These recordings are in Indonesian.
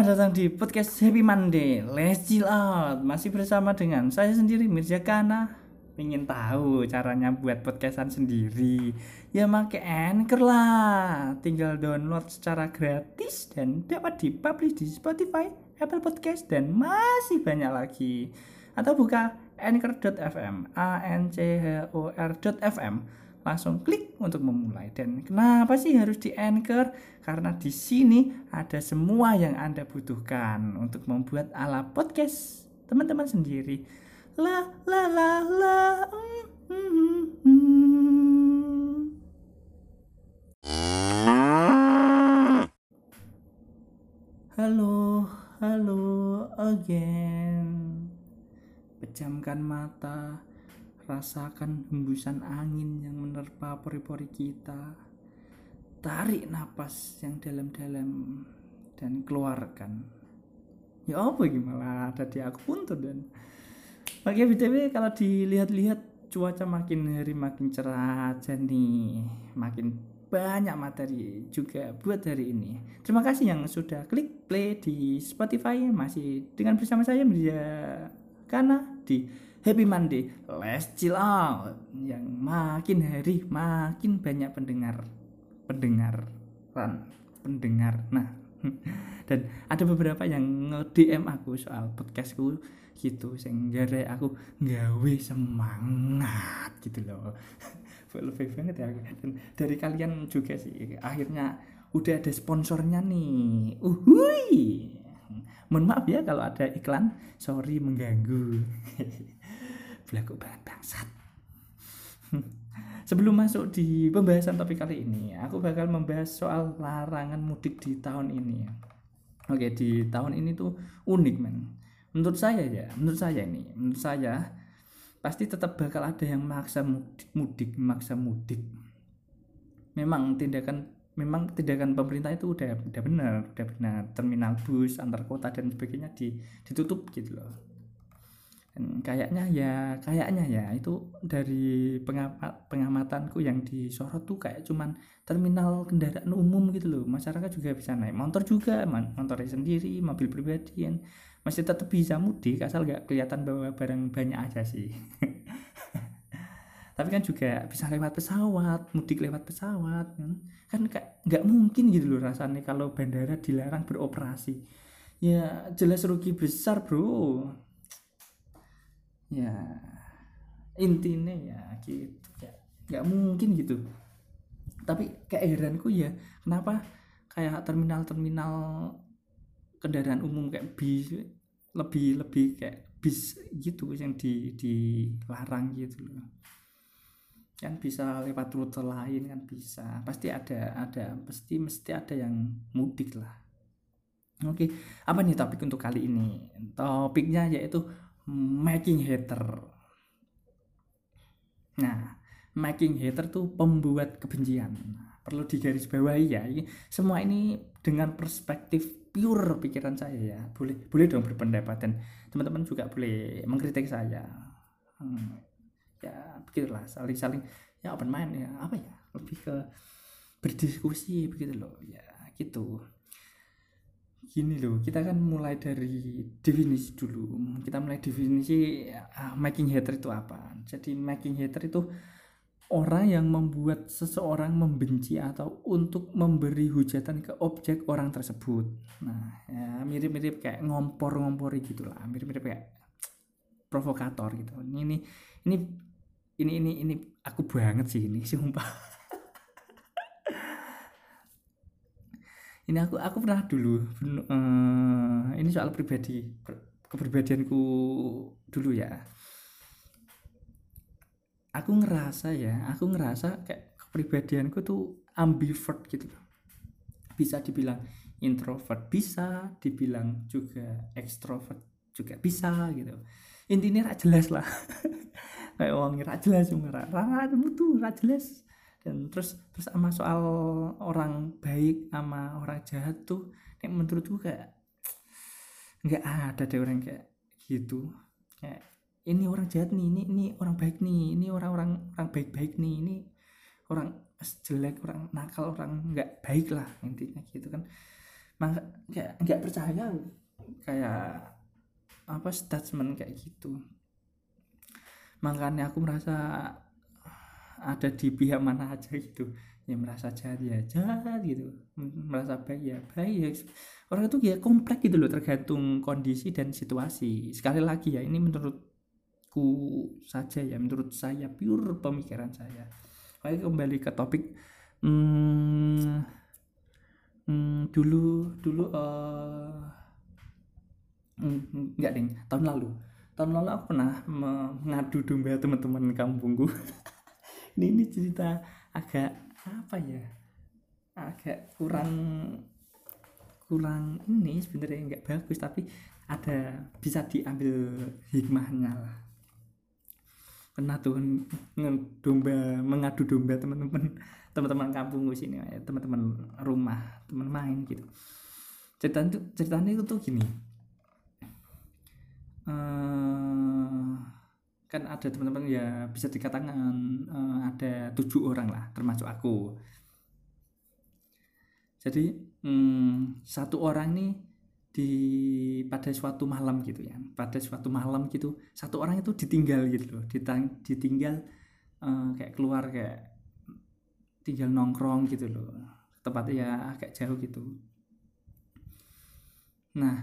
Selamat datang di podcast Happy Monday. Let's chill out. Masih bersama dengan saya sendiri Mirza Kana. Pengen tahu caranya buat podcastan sendiri? Ya make Anchor lah. Tinggal download secara gratis dan dapat dipublish di Spotify, Apple Podcast dan masih banyak lagi. Atau buka anchor.fm, anchor.fm. Langsung klik untuk memulai. Dan kenapa sih harus di Anchor? Karena di sini ada semua yang Anda butuhkan untuk membuat ala podcast teman-teman sendiri. La la la la. Halo, halo again. Pejamkan mata. Rasakan hembusan angin yang menerpa pori-pori kita. Tarik napas yang dalam-dalam dan keluarkan. Ya apa gimana ada di aku pun tuh dan. Oke, BTW kalau dilihat-lihat cuaca makin hari makin cerah aja nih. Makin banyak materi juga buat hari ini. Terima kasih yang sudah klik play di Spotify. Masih dengan bersama saya Mirza Kana di Happy Monday, let's chill out. Yang makin hari makin banyak pendengar. Nah, dan ada beberapa yang nge-DM aku soal podcastku gitu, sehingga aku gawe semangat gitu loh. Lebih banget ya. Dan dari kalian juga sih, akhirnya udah ada sponsornya nih. Mohon maaf ya kalau ada iklan, sorry mengganggu. Belagu banget bangsat. Sebelum masuk di pembahasan topik kali ini, aku bakal membahas soal larangan mudik di tahun ini. Oke, di tahun ini tuh unik men. Menurut saya pasti tetap bakal ada yang maksa mudik. Memang tindakan pemerintah itu udah benar. Terminal bus antar kota dan sebagainya ditutup gitu loh. Dan kayaknya ya itu dari pengamatanku yang disorot tuh kayak cuman terminal kendaraan umum gitu loh. Masyarakat juga bisa naik motor juga, motornya sendiri, mobil pribadi kan masih tetap bisa mudik asal nggak kelihatan bawa barang banyak aja sih. Tapi kan juga bisa lewat pesawat, mudik lewat pesawat kan nggak mungkin gitu loh rasanya kalau bandara dilarang beroperasi. Ya jelas rugi besar bro. Ya intinya ya gitu ya, nggak mungkin gitu. Tapi kayak heranku ya kenapa kayak terminal kendaraan umum kayak bis lebih kayak bis gitu yang dilarang gitu loh. Kan bisa lewat rute lain kan bisa, pasti mesti ada yang mudik lah. Oke, apa nih topik untuk kali ini? Topiknya yaitu making hater. Nah, making hater tuh pembuat kebencian. Perlu digarisbawahi ya, semua ini dengan perspektif pure pikiran saya ya. Boleh dong berpendapat dan teman-teman juga boleh mengkritik saya. Ya begitulah, saling ya open mind ya, apa ya, lebih ke berdiskusi begitu loh ya gitu. Gini loh, kita kan mulai dari definisi dulu. Kita mulai definisi making hater itu apa. Jadi making hater itu orang yang membuat seseorang membenci atau untuk memberi hujatan ke objek orang tersebut. Nah, ya mirip-mirip kayak ngompor-ngompori gitulah, mirip-mirip kayak provokator gitu. Ini aku banget sih ini, sumpah. Ini aku pernah dulu ini soal kepribadianku dulu ya. Aku ngerasa kayak kepribadianku tuh ambivert gitu loh. Bisa dibilang introvert, bisa dibilang juga extrovert juga bisa gitu. Intinya rak jelas lah. Kayak orang rak jelas rak jelas. Dan terus sama soal orang baik sama orang jahat tuh kayak menurutku kayak nggak ada deh orang kayak gitu. Kayak ini orang jahat nih, ini orang baik nih, ini orang baik nih, ini orang jelek, orang nakal, orang nggak baik lah intinya gitu kan. kayak nggak percaya kayak apa statement kayak gitu. Makanya aku merasa ada di pihak mana aja gitu, ya merasa jahat ya jahat gitu, merasa baik ya baik. Orang itu ya kompleks gitu loh, tergantung kondisi dan situasi. Sekali lagi ya, ini menurutku saja ya, menurut saya, pure pemikiran saya. Oke, kembali ke topik. hmm, dulu enggak ding, tahun lalu aku pernah mengadu domba teman-teman kampungku. Ini cerita agak apa ya, agak kurang ini sebenarnya, nggak bagus, tapi ada bisa diambil hikmahnya lah. Pernah tuh mengadu domba teman-teman kampungku sini, teman-teman rumah, teman main gitu. Ceritanya itu tuh gini. Kan ada teman-teman ya, bisa dikatakan ada 7 orang lah termasuk aku. Jadi satu orang nih pada suatu malam gitu ya, satu orang itu ditinggal gitu loh, ditinggal kayak keluar, kayak tinggal nongkrong gitu loh, tempatnya ya agak jauh gitu. Nah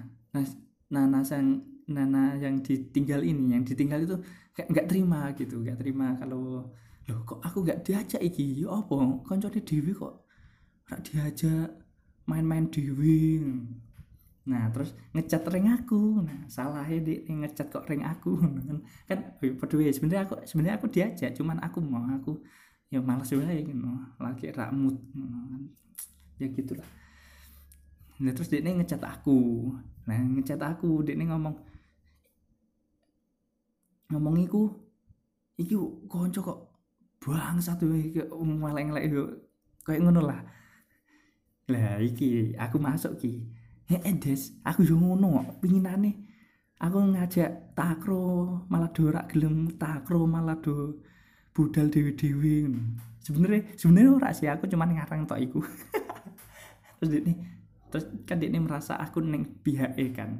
yang ditinggal itu kayak nggak terima kalau loh kok aku nggak diajak iki, ya apa koncone dhewe kok rak diajak main-main dhewe. Nah terus ngecat ring aku, nah salahnya dia ngecat kok ring aku kan padha wae. Sebenarnya aku diajak, cuman aku ya malas wae gitu, lagi rak mood ya gitulah. Nah terus dia ngecat aku, dia ngomong iki konco kok bangsat iki ngeleng-elek yo kayak ngono lah. Lah iki aku masuk ki, Des, aku yo ngono kok pinginane aku ngajak takro malah do rak gelem takro, malah do budal dewe-dewe. Sebenarnya ora sih, aku cuman ngarang tok iku. terus kan dia merasa aku neng pihak kan.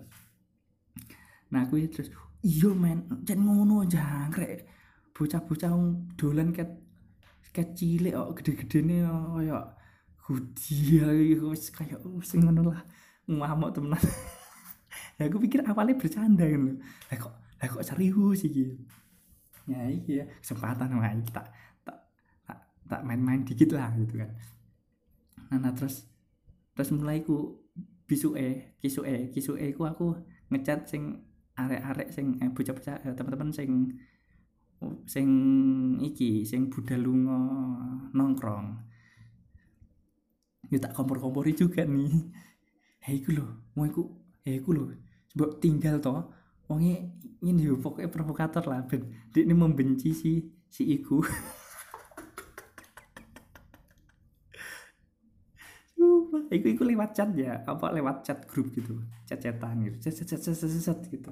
Nah aku terus iya men, jan ngono jangkrek, bocah-bocah dolan ket cilik kok gede-gedene kaya Hudi wis kaya sing ngono lah, ngamuk temenan. Ya aku pikir awalnya bercanda kan lho. Lah kok serius iki. Ya iki ya kesempatan wae kita tak main-main dikit lah gitu kan. Nah terus mulai ku kisuke ku aku ngecat sing arek-arek sing bocah-bocah teman-teman sing budal lunga nongkrong. Ya tak kompor-kompori juga nih. Hei iku lho, mbok tinggal toh. Wonge ini yo pokoknya provokator lah, ben dia ini membenci si iku. Iku lewat chat ya, apa lewat chat grup gitu, chat-chatan gitu, chat gitu.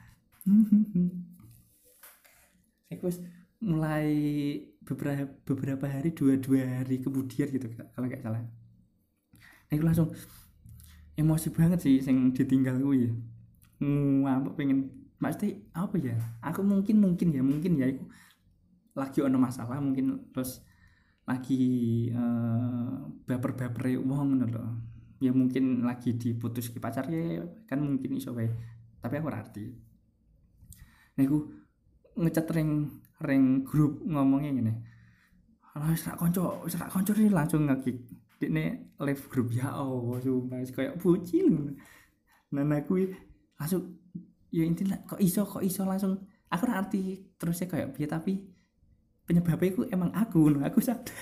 Iku mulai beberapa hari, dua hari kemudian gitu kalau nggak salah. Iku langsung emosi banget sih sing ditinggal gue ya. Ngamuk pengen pasti apa ya? Aku mungkin ya iku lagi ono masalah mungkin, terus lagi baper-bapere wong ngono lho. Ya mungkin lagi diputus ki pacarnya kan, mungkin iso wae. Tapi aku arti. Nah iku ngecat ring grup ngomongnya ngene. Wis rak kanca iki langsung nge-kick. Dekne live grup ya Allah, sumpah kayak bocil. Nah aku langsung ya intinya kok iso langsung aku arti terusnya kayak piye, tapi penyebabnya itu emang aku sadar.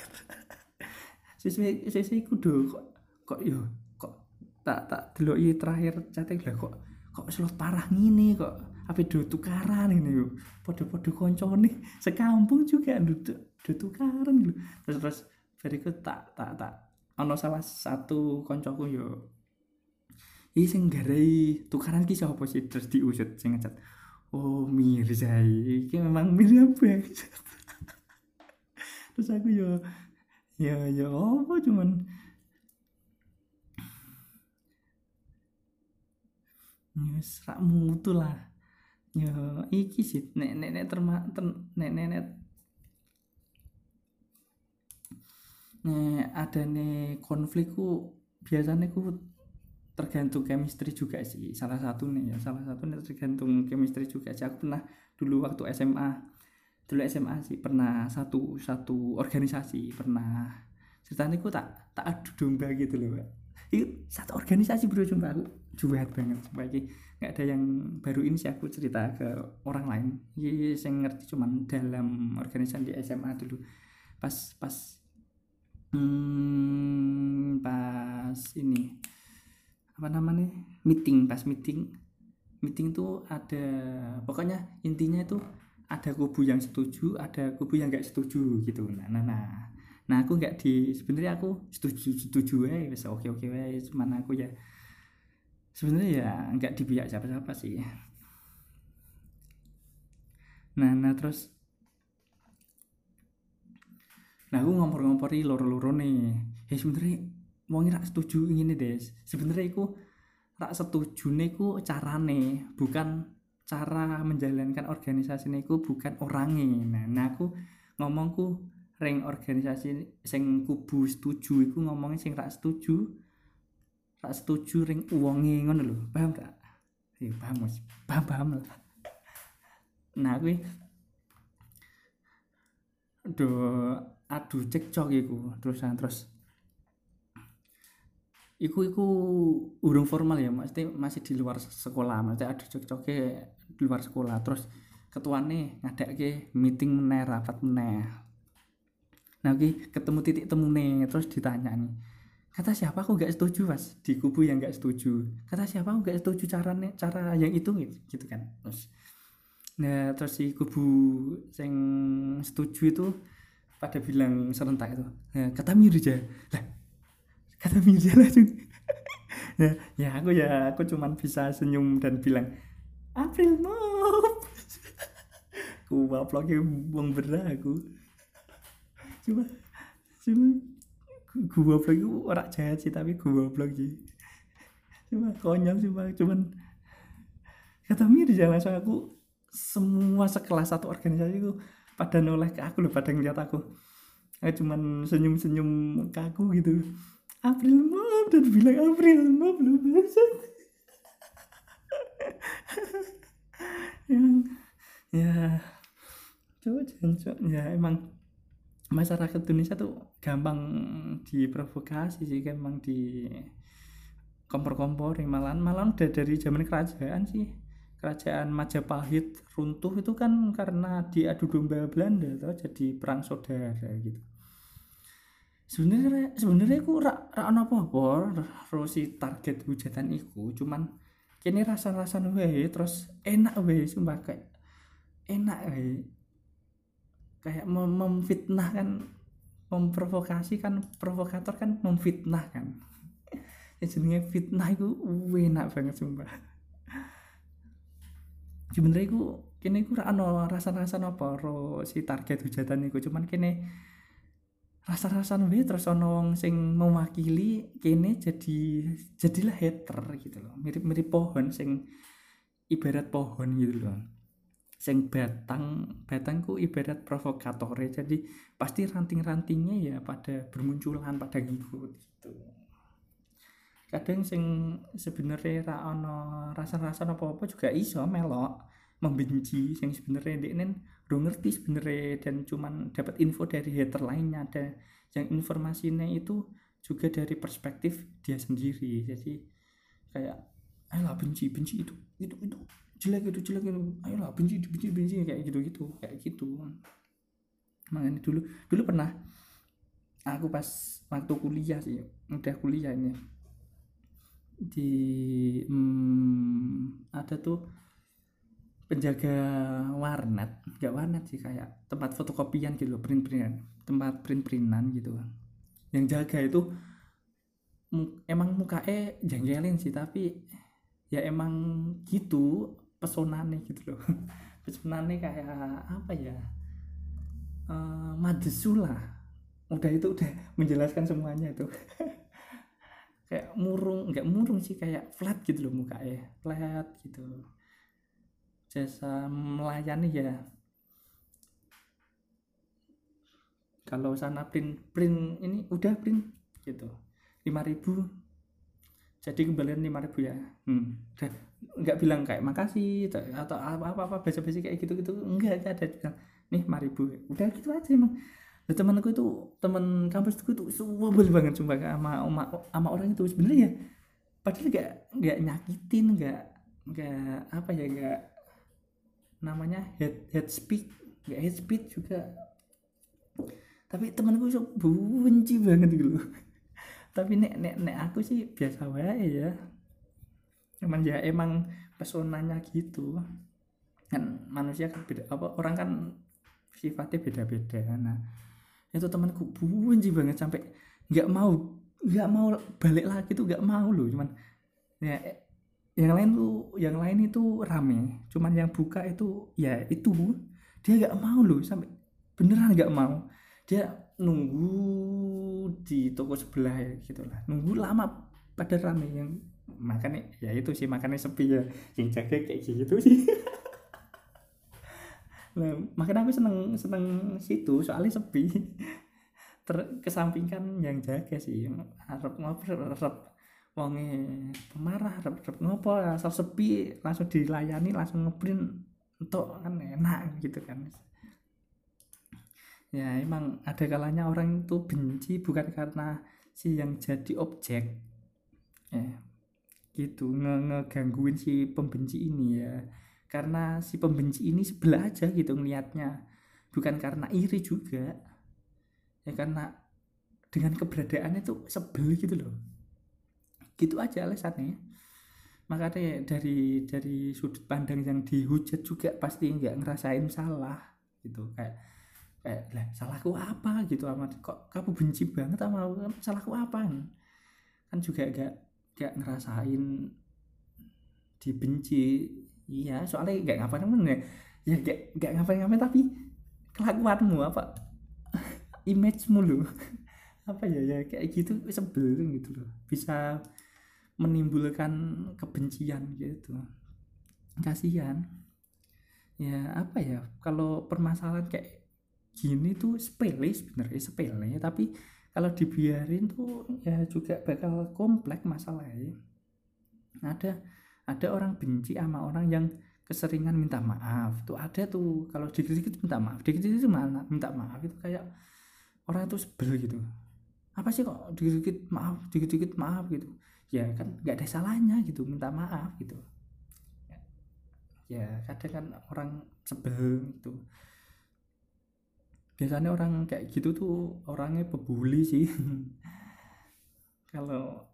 Sesuai kudu kok tak deloki terakhir chatting lah, kok slot parah ngene, kok ape do tukaran ngene yo. Padha-padha kancane sekampung juga do tukaran lho. Terus bariku tak ana salah satu kancaku yo. Iki sing garai tukaran ki sapa sih, terus diusut sing ngecat. Oh, Mirza iki memang Mirza banget. Terus aku ya apa cuman wis rak mutu lah. Ya iki sih nek nek adane konflik ku biasanya ku tergantung chemistry juga sih, salah satunya tergantung chemistry juga sih. Aku pernah dulu waktu SMA sih pernah satu organisasi, pernah ceritanya ku tak adu domba gitu loh, Pak. Itu satu organisasi bro, cuma aku jual banget sebagai nggak ada yang baru ini sih aku cerita ke orang lain. Ini saya ngerti cuman dalam organisasi di SMA dulu, pas pas pas ini apa namanya, meeting tuh ada, pokoknya intinya itu ada kubu yang setuju, ada kubu yang nggak setuju gitu. Nah aku nggak sebenarnya aku setuju wes oke wes, cuman aku ya sebenarnya ya nggak di pihak siapa sih. Nah terus aku ngompor-ngompori loro-loro nih, sebenarnya mau ngira setuju ini deh, sebenarnya aku rak setuju niku carane, bukan cara menjalankan organisasi niku, bukan orangnya. Nah aku ngomongku ring organisasi sing kubu setuju iku ngomongnya sing rak setuju ring uangnya ngono lho, paham gak? Ya paham Mas, paham lah. Nah aku aduh cekcok iku terus iku urung formal ya, maksudnya masih di luar sekolah, maksudnya ada cocoknya di luar sekolah. Terus ketuane ngadake meeting meneh, rapat meneh. Nah oke, ketemu titik temu nih, terus ditanya nih, kata siapa aku nggak setuju Mas, di kubu yang nggak setuju, kata siapa aku nggak setuju cara yang itu gitu kan. Terus si kubu yang setuju itu pada bilang serentak itu, nah, kata Mirja lah, kata Mirja langsung aku cuman bisa senyum dan bilang April Mop. Ku uploadnya buang berat aku, cuma gua upload itu orang jahat sih, tapi gua upload sih cuma konyol, cuman kata Mirja langsung aku, semua sekelas satu organisasi itu pada noleh ke aku loh, pada ngeliat aku cuman senyum-senyum ke aku gitu, April Mop, dan bilang April Mop lu bangsat. Ya coba ya emang masyarakat Indonesia tuh gampang diprovokasi sih, gampang di kompor-komporin. Malah udah dari zaman kerajaan sih, kerajaan Majapahit runtuh itu kan karena diadu domba Belanda atau jadi perang saudara gitu. Sebenarnya aku rak ono apa-apa si target hujatan iku, cuman kini rasa-rasan wae terus enak wae, sumpah kayak enak wae, kayak memfitnah kan, memprovokasi kan, provokator kan memfitnah kan. Jenenge fitnah itu enak banget sumpah. Sebenarnya iku kene iku ora ono rasa-rasan apa ro si target hujatan iku, cuman kene rasa-rasan wae terus ono wong sing mewakili kene jadilah hater gitu loh. Mirip-mirip pohon sing ibarat pohon gitu loh. Sing batangku ibarat provokator, jadi pasti ranting-rantingnya ya pada bermunculan, pada ngikut gitu. Kadang sing sebenarnya ra ono rasa-rasa apa-apa juga iso melok membenci sing sebenarnya deknen udah ngerti sebenarnya, dan cuman dapat info dari hater lainnya, ada yang informasinya itu juga dari perspektif dia sendiri. Jadi kayak ayolah benci itu jelek itu, ayolah benci kayak gitu. Makanya dulu pernah aku pas waktu kuliah sih, udah kuliah ini di ada tuh penjaga warnet, nggak warnet sih, kayak tempat fotokopian gitu, tempat print-printan gitu. Yang jaga itu emang mukanya jengkelin sih, tapi ya emang gitu pesonane gitu loh. Pesonane kayak apa ya, madesu lah, udah menjelaskan semuanya itu. kayak murung, enggak murung sih, kayak flat gitu loh mukanya, flat gitu. Jasa melayani ya, kalau sana print print ini udah print gitu 5.000, jadi kembalian 5.000 ya. Udah nggak bilang kayak makasih atau apa basa-basi kayak gitu-gitu, enggak ada, bilang nih 5.000, udah gitu aja emang. Nah, temanku itu, teman kampusku itu sebel banget sumpah sama orang itu sebenarnya ya, padahal nggak nyakitin, nggak apa ya, nggak namanya head speech, nggak head speech juga, tapi temanku itu benci banget gitu loh. Tapi nek aku sih biasa wae ya, emang pesonanya gitu kan, manusia kan beda, apa orang kan sifatnya beda-beda. Nah itu temanku benci banget sampai nggak mau nggak mau balik lagi tuh, nggak mau loh. Cuman ya yang lain itu rame, cuman yang buka itu ya itu dia nggak mau loh, sampai beneran nggak mau. Dia nunggu di toko sebelah ya gitulah, nunggu lama pada rame. Yang makannya ya itu sih, makannya sepi ya, yang jaga kayak gitu sih. Nah, makanya aku seneng seneng situ soalnya sepi. Kesampingkan yang jaga sih, harap ngobrol, harap wonge pemarah, harap ngopo, asal sepi langsung dilayani, langsung ngeprint untuk kan enak gitu kan. Ya emang ada kalanya orang itu benci bukan karena si yang jadi objek ya gitu, ngegangguin si pembenci ini ya, karena si pembenci ini sebelah aja gitu ngelihatnya, bukan karena iri juga ya, karena dengan keberadaannya tuh sebel gitu loh, gitu aja alasannya. Makanya dari sudut pandang yang dihujat juga pasti nggak ngerasain salah gitu, kayak lah salahku apa gitu, amat kok kamu benci banget sama aku, salahku apa kan juga gak ngerasain dibenci. Iya soalnya gak ngapain-ngapain ya, ya gak ngapain-ngapain, tapi kelakuanmu apa, image-mu loh. Apa ya kayak gitu, sebel gitu loh, bisa menimbulkan kebencian gitu, kasihan. Ya apa ya, kalau permasalahan kayak gini tuh sepele sebenarnya, sepele, tapi kalau dibiarin tuh ya juga bakal kompleks masalahnya. Ada orang benci sama orang yang keseringan minta maaf tuh, ada tuh, kalau dikit-dikit minta maaf, dikit-dikit mana minta maaf, itu kayak orang itu sebel gitu. Apa sih kok dikit-dikit maaf, dikit-dikit maaf gitu, ya kan nggak ada salahnya gitu minta maaf gitu ya. Kadang kan orang sebel gitu, biasanya orang kayak gitu tuh orangnya pebuli sih. Kalau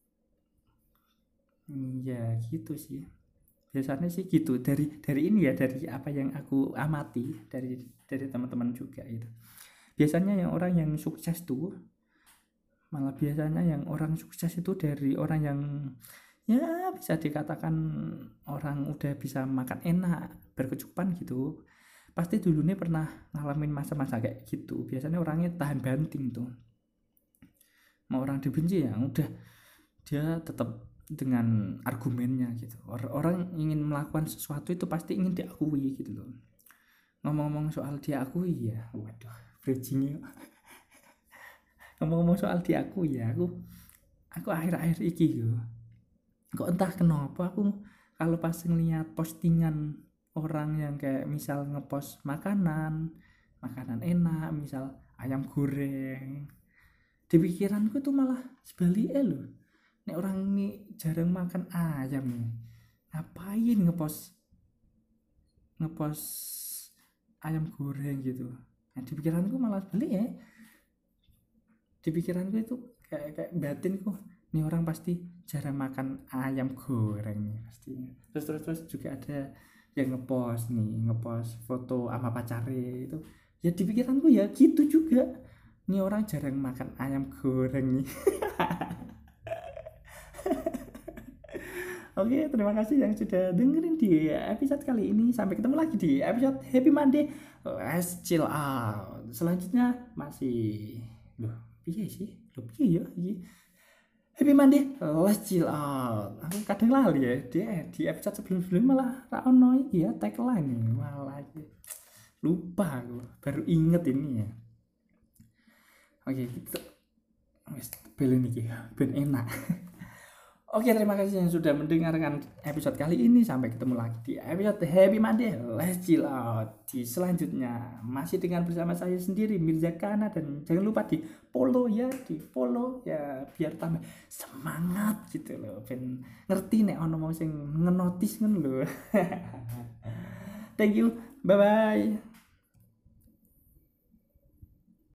ya gitu sih, biasanya sih gitu, dari ini ya, dari apa yang aku amati dari teman-teman juga itu. Biasanya yang orang yang sukses tuh, malah biasanya yang orang sukses itu dari orang yang ya bisa dikatakan orang udah bisa makan enak, berkecukupan gitu, pasti dulunya pernah ngalamin masa-masa kayak gitu. Biasanya orangnya tahan banting tuh, mau orang dibenci ya udah, dia tetap dengan argumennya gitu. Orang ingin melakukan sesuatu itu pasti ingin diakui gitu loh. Ngomong-ngomong soal diakui ya, waduh bridging. Ngomong-ngomong soal diakui ya, aku akhir-akhir iki yo, kok entah kenapa aku kalau pas ngeliat postingan orang yang kayak misal ngepost makanan enak, misal ayam goreng, di pikiranku tuh malah sebaliknya loh. Nek orang ini jarang makan ayam nih, ngapain ngepost ngepost ayam goreng gitu. Nah di pikiranku malah sebalik ya, di pikiranku itu kayak batinku, ini orang pasti jarang makan ayam goreng nih pasti. Terus juga ada yang ngepost foto sama pacare itu, ya di pikiranku ya gitu juga, ini orang jarang makan ayam goreng nih. Oke, terima kasih yang sudah dengerin di episode kali ini. Sampai ketemu lagi di episode Happy Monday. Let's chill out. Selanjutnya masih, loh, piye sih? Loh, piye ya? Happy Monday, let's chill out. Aku kadang lali ya, dia di episode sebelum-sebelum malah ra ono iki ya tagline malah iki. Lupa aku, baru inget ini ya. Oke, kita wis belen iki ben enak. Oke, terima kasih yang sudah mendengarkan episode kali ini. Sampai ketemu lagi di episode Happy Monday, let's chill out di selanjutnya. Masih dengan bersama saya sendiri, Mirza Kana. Dan jangan lupa di follow ya, biar tambah semangat gitu loh. Ben ngerti nek ono mau sing ngenotis ngono lho. Thank you, bye bye.